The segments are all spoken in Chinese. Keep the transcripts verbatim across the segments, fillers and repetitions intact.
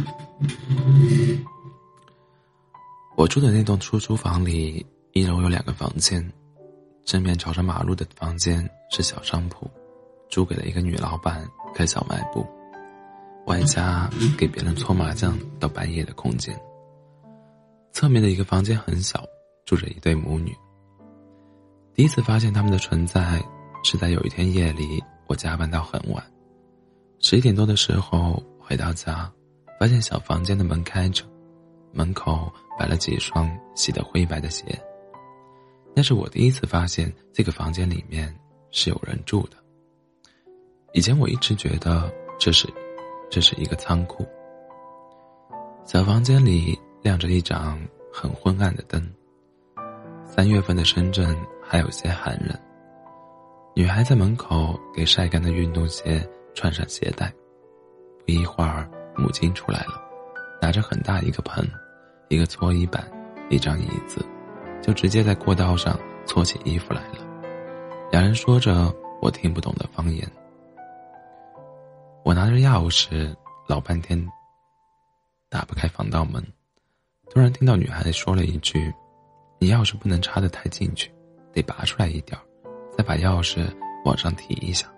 我住的那栋出租房里，一楼有两个房间，正面朝着马路的房间是小商铺，租给了一个女老板开小卖部，外加给别人搓麻将到半夜的空间。侧面的一个房间很小，住着一对母女。第一次发现他们的存在是在有一天夜里，我加班到很晚，十一点多的时候回到家，发现小房间的门开着，门口摆了几双洗得灰白的鞋。那是我第一次发现这个房间里面是有人住的。以前我一直觉得这是这是一个仓库。小房间里亮着一盏很昏暗的灯。三月份的深圳还有些寒冷。女孩在门口给晒干的运动鞋穿上鞋带。不一会儿，母亲出来了，拿着很大一个盆，一个搓衣板，一张椅子，就直接在过道上搓起衣服来了。两人说着我听不懂的方言。我拿着钥匙老半天打不开防盗门，突然听到女孩说了一句：“你钥匙不能插得太进去，得拔出来一点，再把钥匙往上提一下。”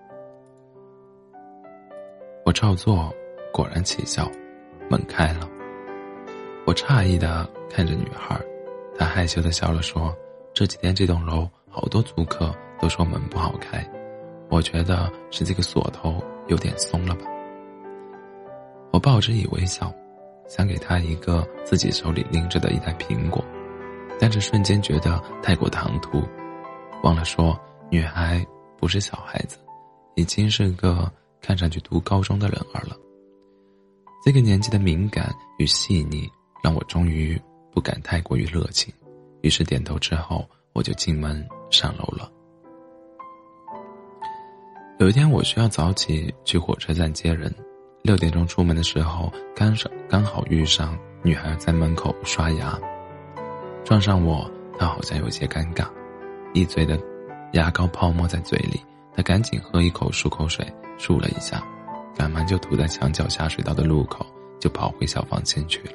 我照做，果然起效，门开了。我诧异地看着女孩，她害羞地笑了说：“这几天这栋楼好多租客都说门不好开，我觉得是这个锁头有点松了吧。”我报之以微笑，想给她一个自己手里拎着的一袋苹果，但是瞬间觉得太过唐突，忘了说女孩不是小孩子，已经是个看上去读高中的人儿了。这个年纪的敏感与细腻让我终于不敢太过于热情，于是点头之后我就进门上楼了。有一天我需要早起去火车站接人，六点钟出门的时候刚上刚好遇上女孩在门口刷牙，撞上我，她好像有些尴尬，一嘴的牙膏泡沫在嘴里，她赶紧喝一口漱口水，漱了一下，赶忙就涂在墙角下水道的路口，就跑回小房间去了。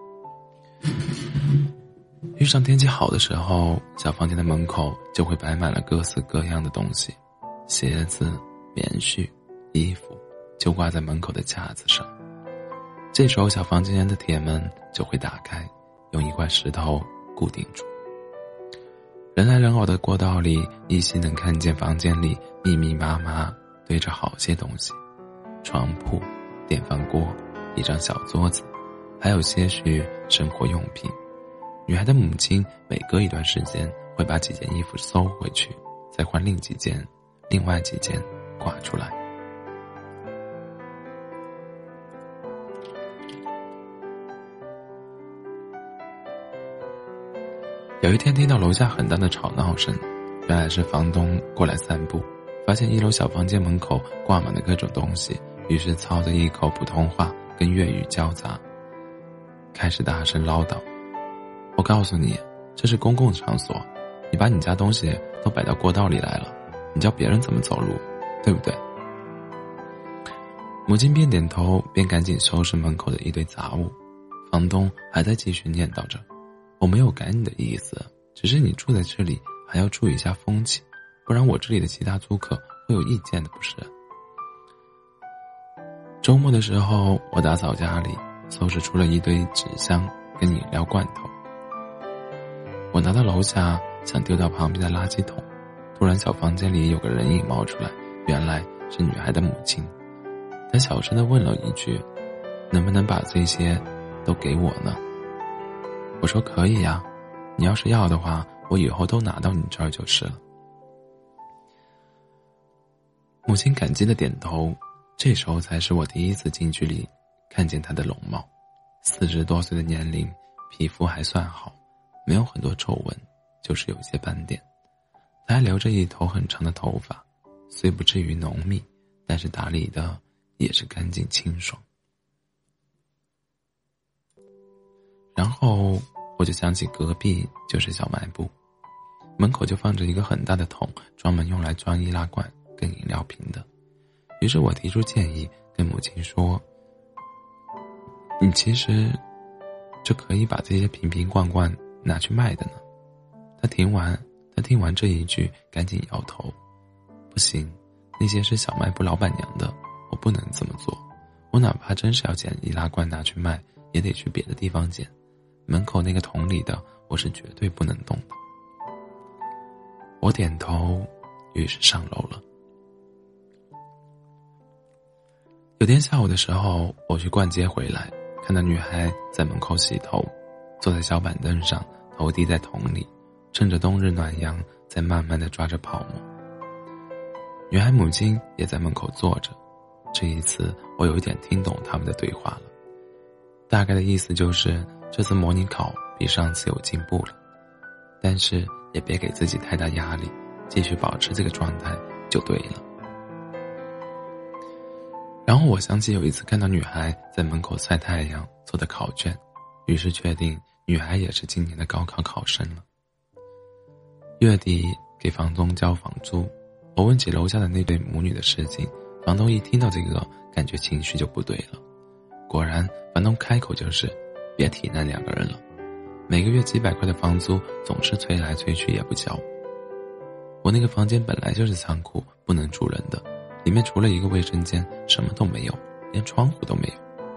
遇上天气好的时候，小房间的门口就会摆满了各式各样的东西，鞋子、棉絮、衣服就挂在门口的架子上。这时候小房间的铁门就会打开，用一块石头固定住。人来人往的过道里，依稀能看见房间里密密麻麻堆着好些东西，床铺、电饭锅、一张小桌子，还有些许生活用品。女孩的母亲每隔一段时间会把几件衣服收回去，再换另几件，另外几件挂出来。有一天听到楼下很大的吵闹声，原来是房东过来散步，发现一楼小房间门口挂满了各种东西，于是操着一口普通话跟粤语交杂，开始大声唠叨：“我告诉你，这是公共场所，你把你家东西都摆到过道里来了，你叫别人怎么走路，对不对？”母亲边点头边赶紧收拾门口的一堆杂物。房东还在继续念叨着：“我没有赶你的意思，只是你住在这里还要注意一下风气，不然我这里的其他租客会有意见的，不是？”周末的时候，我打扫家里，收拾出了一堆纸箱跟饮料罐头。我拿到楼下想丢到旁边的垃圾桶，突然小房间里有个人影冒出来，原来是女孩的母亲。她小声地问了一句：“能不能把这些都给我呢？”我说：“可以呀，你要是要的话，我以后都拿到你这儿就是了。”母亲感激的点头。这时候才是我第一次近距离看见她的容貌。四十多岁的年龄，皮肤还算好，没有很多皱纹，就是有些斑点。她还留着一头很长的头发，虽不至于浓密，但是打理的也是干净清爽。然后我就想起隔壁就是小卖部，门口就放着一个很大的桶，专门用来装易拉罐跟饮料瓶的。于是我提出建议，跟母亲说：“ 你其实就可以把这些瓶瓶罐罐拿去卖的呢。他听完他听完这一句赶紧摇头，不行，那些是小卖部老板娘的，我不能这么做。我哪怕真是要捡易拉罐拿去卖，也得去别的地方捡，门口那个桶里的我是绝对不能动的。我点头，于是上楼了。有天下午的时候，我去逛街回来，看到女孩在门口洗头，坐在小板凳上，头低在桶里，趁着冬日暖阳在慢慢地抓着泡沫。女孩母亲也在门口坐着，这一次我有一点听懂他们的对话了，大概的意思就是这次模拟考比上次有进步了，但是也别给自己太大压力，继续保持这个状态就对了。然后我想起有一次看到女孩在门口晒太阳做的考卷，于是确定女孩也是今年的高考考生了。月底给房东交房租，我问起楼下的那对母女的事情，房东一听到这个感觉情绪就不对了。果然房东开口就是别提那两个人了，每个月几百块的房租总是催来催去也不交。我那个房间本来就是仓库，不能住人的，里面除了一个卫生间什么都没有，连窗户都没有。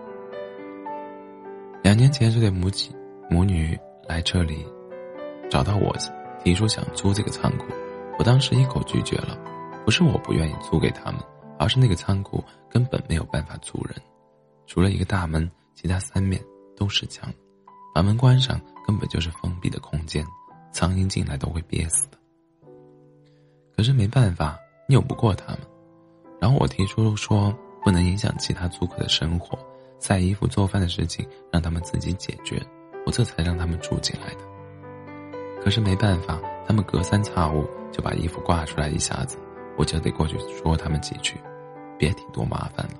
两年前这对母亲母女来这里找到我，提出想租这个仓库，我当时一口拒绝了。不是我不愿意租给他们，而是那个仓库根本没有办法租人，除了一个大门，其他三面都是墙，把门关上根本就是封闭的空间，苍蝇进来都会憋死的。可是没办法，拗不过他们。然后我提出说不能影响其他租客的生活，晒衣服做饭的事情让他们自己解决，我这才让他们住进来的。可是没办法，他们隔三差五就把衣服挂出来一下子，我就得过去说他们几句，别提多麻烦了。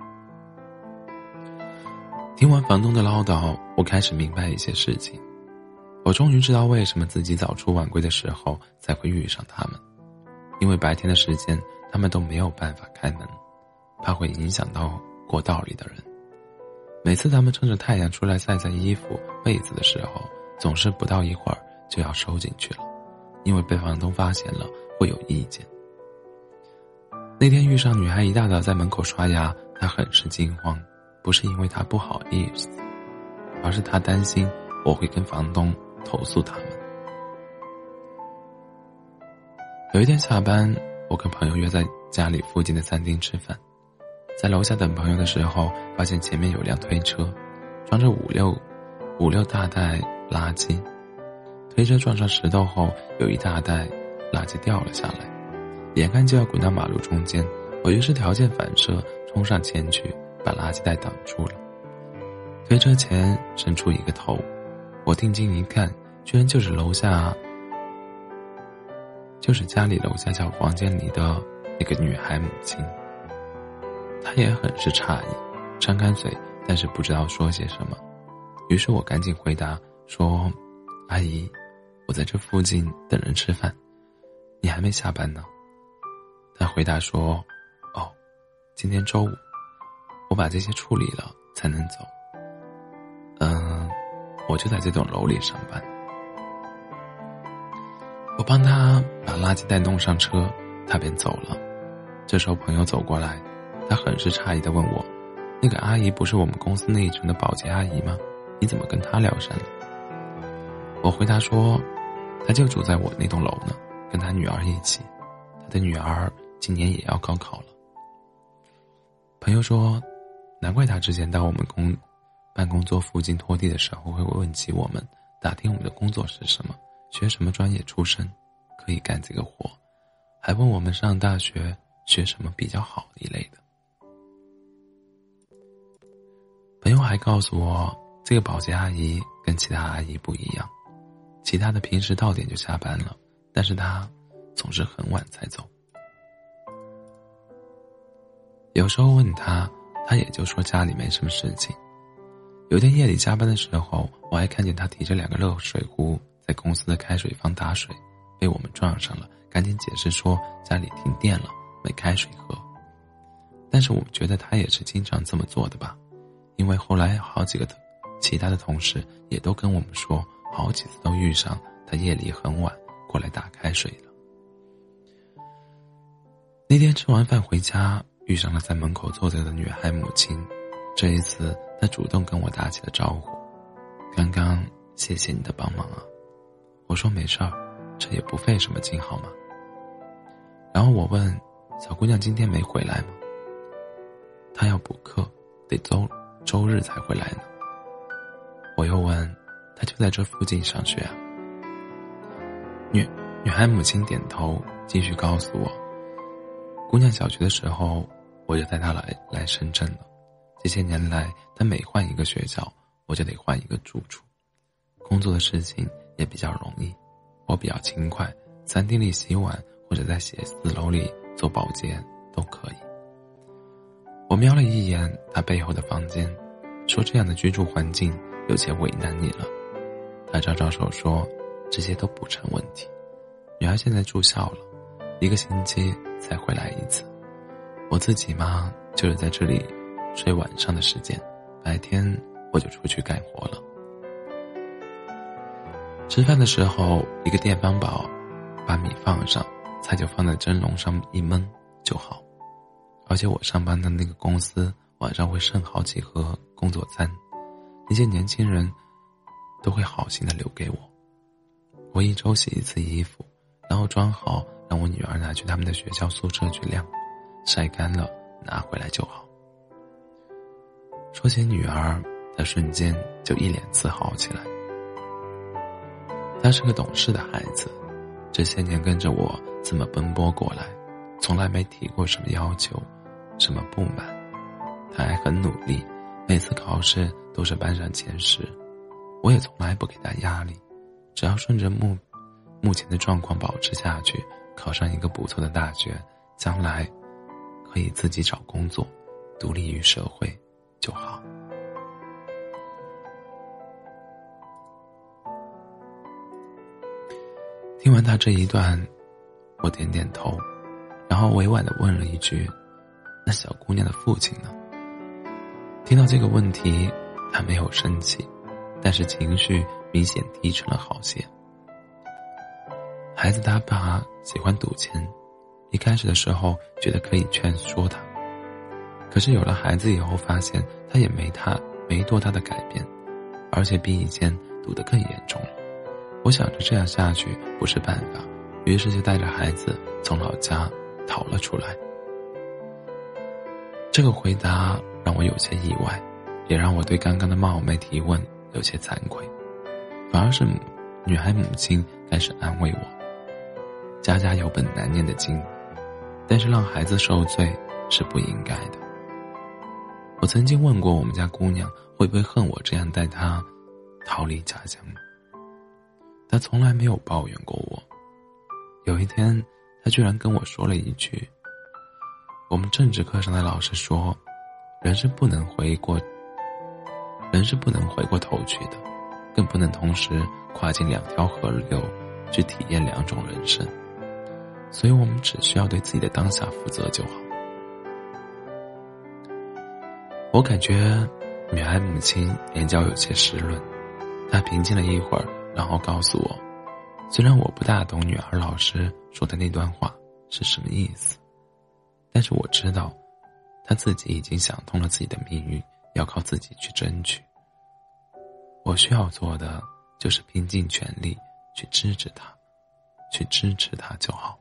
听完房东的唠叨，我开始明白一些事情。我终于知道为什么自己早出晚归的时候才会遇上他们，因为白天的时间他们都没有办法开门，怕会影响到过道里的人。每次他们趁着太阳出来晒晒衣服被子的时候，总是不到一会儿就要收进去了，因为被房东发现了会有意见。那天遇上女孩一大早在门口刷牙，她很是惊慌，不是因为她不好意思，而是她担心我会跟房东投诉他们。有一天下班，我跟朋友约在家里附近的餐厅吃饭，在楼下等朋友的时候，发现前面有辆推车，装着五六五六大袋垃圾。推车撞上石头后，有一大袋垃圾掉了下来，眼看就要滚到马路中间，我于是条件反射冲上前去，把垃圾袋挡住了。推车前伸出一个头，我定睛一看，居然就是楼下就是家里楼下小房间里的那个女孩母亲。她也很是诧异，张开嘴，但是不知道说些什么。于是我赶紧回答说，阿姨，我在这附近等人吃饭，你还没下班呢。她回答说，哦，今天周五，我把这些处理了才能走。嗯，我就在这栋楼里上班。我帮他把垃圾袋弄上车，他便走了。这时候朋友走过来，他很是诧异地问我，那个阿姨不是我们公司那一层的保洁阿姨吗？你怎么跟她聊上了？我回答说，她就住在我那栋楼呢，跟她女儿一起，她的女儿今年也要高考了。朋友说，难怪她之前到我们公办公桌附近拖地的时候会问起我们，打听我们的工作是什么，学什么专业出身，可以干这个活，还问我们上大学学什么比较好一类的。朋友还告诉我，这个保洁阿姨跟其他阿姨不一样，其他的平时到点就下班了，但是她总是很晚才走。有时候问她，她也就说家里没什么事情。有天夜里加班的时候，我还看见她提着两个热水壶在公司的开水房打水，被我们撞上了，赶紧解释说家里停电了，没开水喝。但是我觉得她也是经常这么做的吧，因因为后来好几个其他的同事也都跟我们说，好几次都遇上他夜里很晚过来打开水了。那天吃完饭回家，遇上了在门口坐着的女孩母亲，这一次她主动跟我打起了招呼，刚刚谢谢你的帮忙啊。我说没事儿，这也不费什么劲好吗？然后我问小姑娘今天没回来吗？她要补课，得周周日才回来呢。我又问她就在这附近上学啊？女女孩母亲点头，继续告诉我，姑娘小学的时候我就带她来来深圳了，这些年来她每换一个学校我就得换一个住处，工作的事情也比较容易，我比较勤快，餐厅里洗碗或者在写字楼里做保洁都可以。我瞄了一眼他背后的房间，说这样的居住环境有些为难你了。他招招手说这些都不成问题，女儿现在住校了，一个星期才回来一次，我自己嘛就是在这里睡晚上的时间，白天我就出去干活了。吃饭的时候一个电饭煲把米放上，菜就放在蒸笼上一焖就好。而且我上班的那个公司晚上会剩好几盒工作餐，那些年轻人都会好心的留给我。我一周洗一次衣服，然后装好让我女儿拿去他们的学校宿舍去晾，晒干了拿回来就好。说起女儿，她瞬间就一脸自豪起来。她是个懂事的孩子，这些年跟着我这么奔波过来，从来没提过什么要求，什么不满。她还很努力，每次考试都是班上前十，我也从来不给她压力，只要顺着目目前的状况保持下去，考上一个不错的大学，将来可以自己找工作，独立于社会就好。听完他这一段，我点点头，然后委婉地问了一句，那小姑娘的父亲呢？听到这个问题，他没有生气，但是情绪明显低沉了好些。孩子他爸喜欢赌钱，一开始的时候觉得可以劝说他，可是有了孩子以后发现他也没他没多大的改变，而且比以前赌得更严重了。我想着这样下去不是办法，于是就带着孩子从老家逃了出来。这个回答让我有些意外，也让我对刚刚的冒昧提问有些惭愧，反而是女孩母亲开始安慰我，家家有本难念的经，但是让孩子受罪是不应该的。我曾经问过我们家姑娘会不会恨我这样带她逃离家乡，她从来没有抱怨过我。有一天她居然跟我说了一句，我们政治课上的老师说，人是不能回过人是不能回过头去的，更不能同时跨进两条河流去体验两种人生，所以我们只需要对自己的当下负责就好。我感觉女孩母亲眼角有些湿润，她平静了一会儿，然后告诉我，虽然我不大懂女儿老师说的那段话是什么意思，但是我知道她自己已经想通了自己的命运要靠自己去争取，我需要做的就是拼尽全力去支持她，去支持她就好。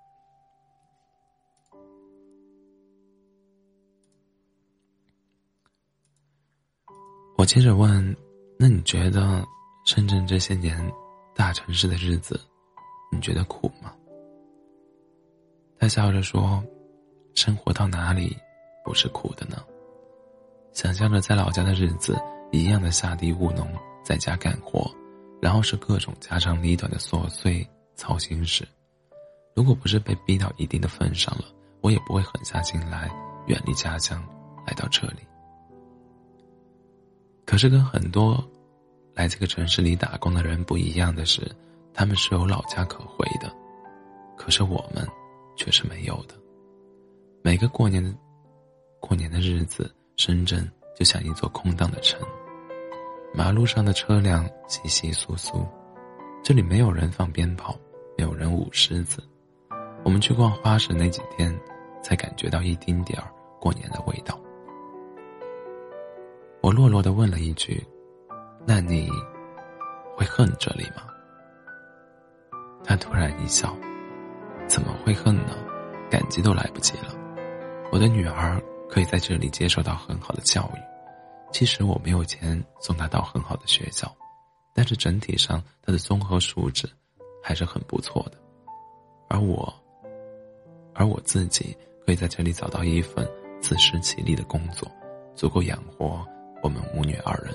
我接着问，那你觉得深圳这些年大城市的日子你觉得苦吗？他笑着说，生活到哪里不是苦的呢？想象着在老家的日子一样的下地务农，在家干活，然后是各种家长里短的琐碎操心事。如果不是被逼到一定的份上了，我也不会狠下心来远离家乡来到这里。可是跟很多来这个城市里打工的人不一样的是，他们是有老家可回的，可是我们却是没有的。每个过年的过年的日子，深圳就像一座空荡的城，马路上的车辆稀稀疏疏，这里没有人放鞭炮，没有人舞狮子。我们去逛花市那几天，才感觉到一丁点儿过年的味道。我落落地问了一句：那你会恨这里吗？他突然一笑：怎么会恨呢？感激都来不及了。我的女儿可以在这里接受到很好的教育，即使我没有钱送她到很好的学校，但是整体上她的综合素质还是很不错的。而我而我自己可以在这里找到一份自食其力的工作，足够养活我们母女二人。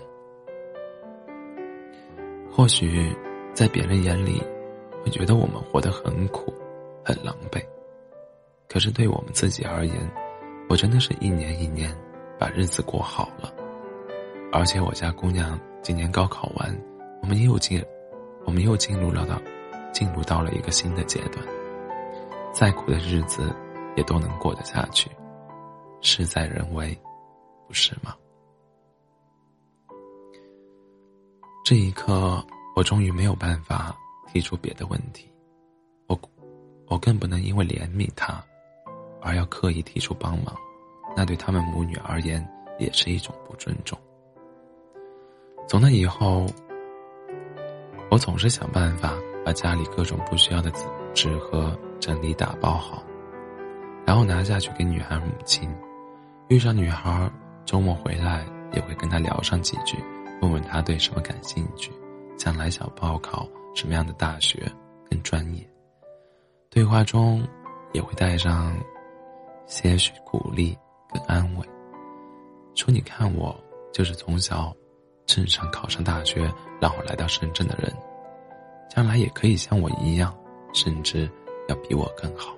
或许在别人眼里会觉得我们活得很苦很狼狈，可是对我们自己而言，我真的是一年一年把日子过好了。而且我家姑娘今年高考完，我们又进我们又进入了到进入到了一个新的阶段，再苦的日子也都能过得下去，事在人为，不是吗？这一刻，我终于没有办法提出别的问题，我我更不能因为怜悯他而要刻意提出帮忙，那对他们母女而言也是一种不尊重。从那以后，我总是想办法把家里各种不需要的纸盒整理打包好，然后拿下去给女孩母亲。遇上女孩周末回来，也会跟她聊上几句，问问她对什么感兴趣，将来想报考什么样的大学跟专业。对话中也会带上些许鼓励跟安慰，说你看我就是从小镇上考上大学，然后来到深圳的人，将来也可以像我一样，甚至要比我更好。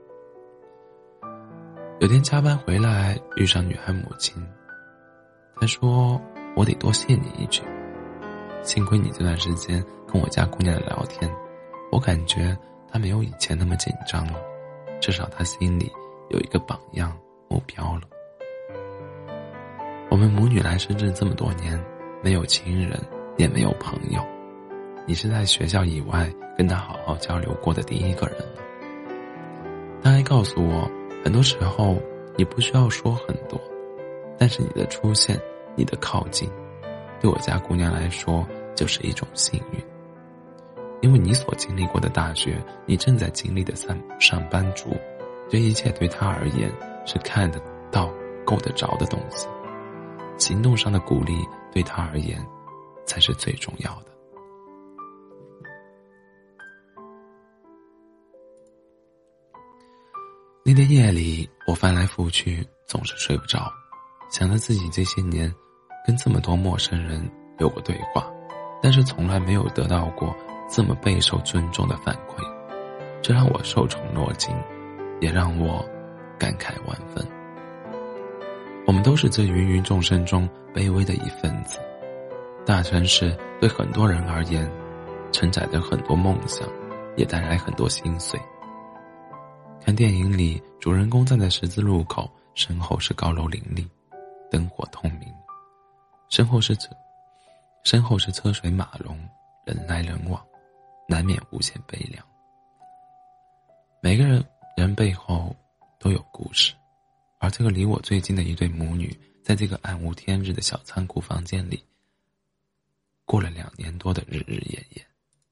有天加班回来，遇上女孩母亲，她说我得多谢你一句，幸亏你这段时间跟我家姑娘聊天，我感觉她没有以前那么紧张了，至少她心里有一个榜样目标了。我们母女来深圳这么多年，没有亲人也没有朋友，你是在学校以外跟她好好交流过的第一个人了。她还告诉我，很多时候你不需要说很多，但是你的出现，你的靠近，对我家姑娘来说就是一种幸运。因为你所经历过的大学，你正在经历的上上班族，这一切对她而言是看得到够得着的东西，行动上的鼓励对她而言才是最重要的。那天夜里，我翻来覆去，总是睡不着，想着自己这些年跟这么多陌生人有过对话，但是从来没有得到过这么备受尊重的反馈，这让我受宠若惊，也让我感慨万分。我们都是这芸芸众生中卑微的一份子，大城市对很多人而言承载着很多梦想，也带来很多心碎。看电影里，主人公站在十字路口，身后是高楼林立，灯火通明，身后是车身后是车水马龙，人来人往，难免无限悲凉。每个人人背后都有故事，而这个离我最近的一对母女，在这个暗无天日的小仓库房间里，过了两年多的日日夜夜。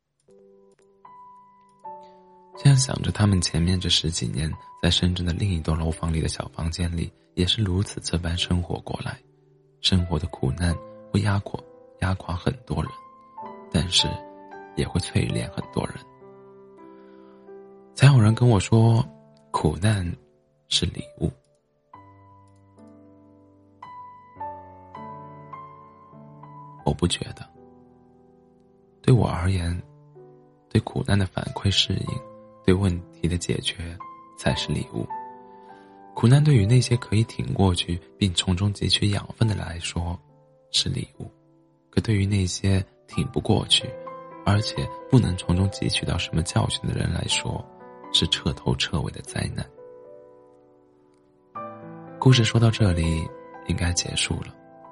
这样想着，他们前面这十几年在深圳的另一栋楼房里的小房间里，也是如此这般生活过来。生活的苦难会压垮压垮很多人，但是也会淬炼很多人。才有人跟我说，苦难是礼物。我不觉得，对我而言，对苦难的反馈适应，对问题的解决才是礼物。苦难对于那些可以挺过去并从中汲取养分的人来说是礼物，可对于那些挺不过去而且不能从中汲取到什么教训的人来说，是彻头彻尾的灾难。故事说到这里应该结束了，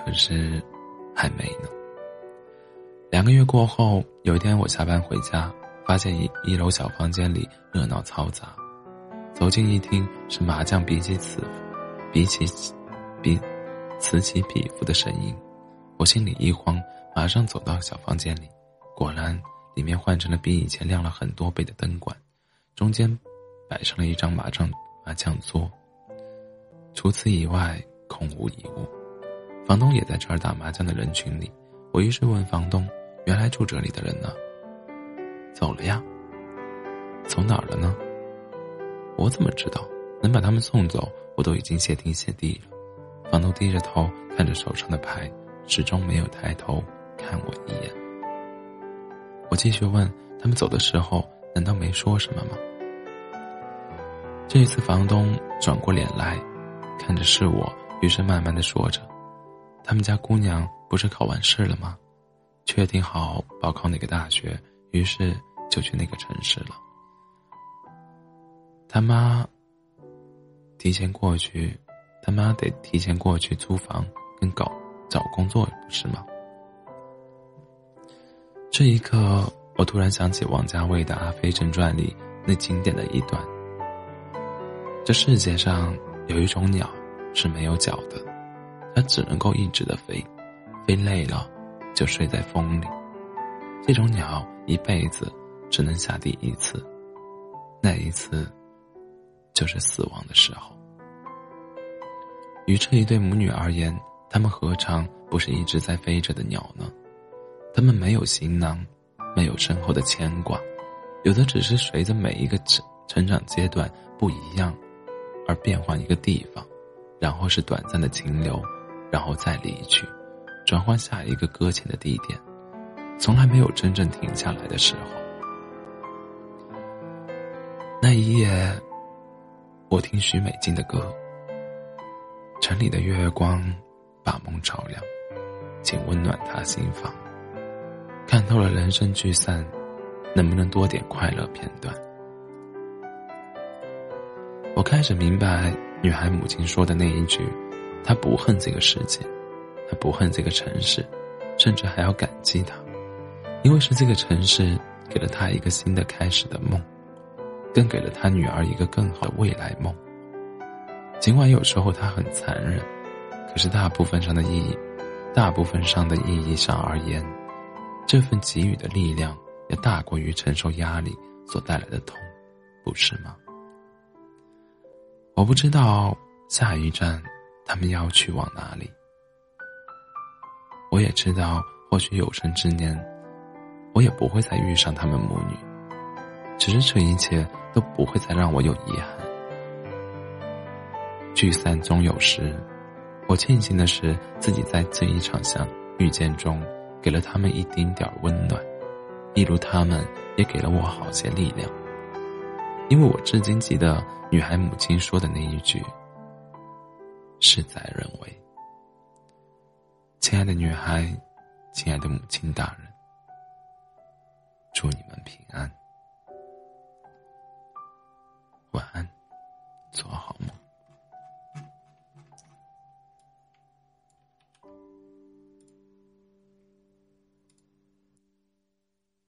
可是还没呢。两个月过后，有一天我下班回家，发现一一楼小房间里热闹嘈杂，走进一听是麻将比起此比起比此起彼伏的声音，我心里一慌，马上走到小房间里，果然里面换成了比以前亮了很多倍的灯管，中间摆上了一张麻将麻将桌，除此以外空无一物。房东也在这儿打麻将的人群里，我于是问房东，原来住这里的人呢？走了呀。走哪儿了呢？我怎么知道？能把他们送走，我都已经谢天谢地了。房东低着头看着手上的牌，始终没有抬头看我一眼。我继续问，他们走的时候难道没说什么吗？这一次房东转过脸来看着是我，于是慢慢地说着，他们家姑娘不是考完试了吗？确定好报考哪个大学，于是就去那个城市了。他妈提前过去他妈得提前过去租房跟搞找工作，不是吗？这一刻我突然想起王家卫的《阿飞正传》里那经典的一段，这世界上有一种鸟是没有脚的，它只能够一直的飞，飞累了就睡在风里。这种鸟一辈子只能下地一次，那一次就是死亡的时候。于这一对母女而言，她们何尝不是一直在飞着的鸟呢？她们没有行囊，没有身后的牵挂，有的只是随着每一个成长阶段不一样而变换一个地方，然后是短暂的停留，然后再离去，转换下一个搁浅的地点，从来没有真正停下来的时候。那一夜，我听许美静的歌，城里的月光把梦照亮，请温暖他心房。看透了人生聚散，能不能多点快乐片段？我开始明白女孩母亲说的那一句，她不恨这个世界，她不恨这个城市，甚至还要感激她，因为是这个城市给了她一个新的开始的梦，更给了她女儿一个更好的未来梦。尽管有时候她很残忍，可是大部分上的意义大部分上的意义上而言，这份给予的力量也大过于承受压力所带来的痛，不是吗？我不知道下一站他们要去往哪里，我也知道或许有生之年我也不会再遇上他们母女，只是这一切都不会再让我有遗憾。聚散终有时，我庆幸的是自己在这一场相遇见中给了他们一丁点温暖，一如他们也给了我好些力量。因为我至今记得女孩母亲说的那一句，事在人为。亲爱的女孩，亲爱的母亲大人，祝你们平安。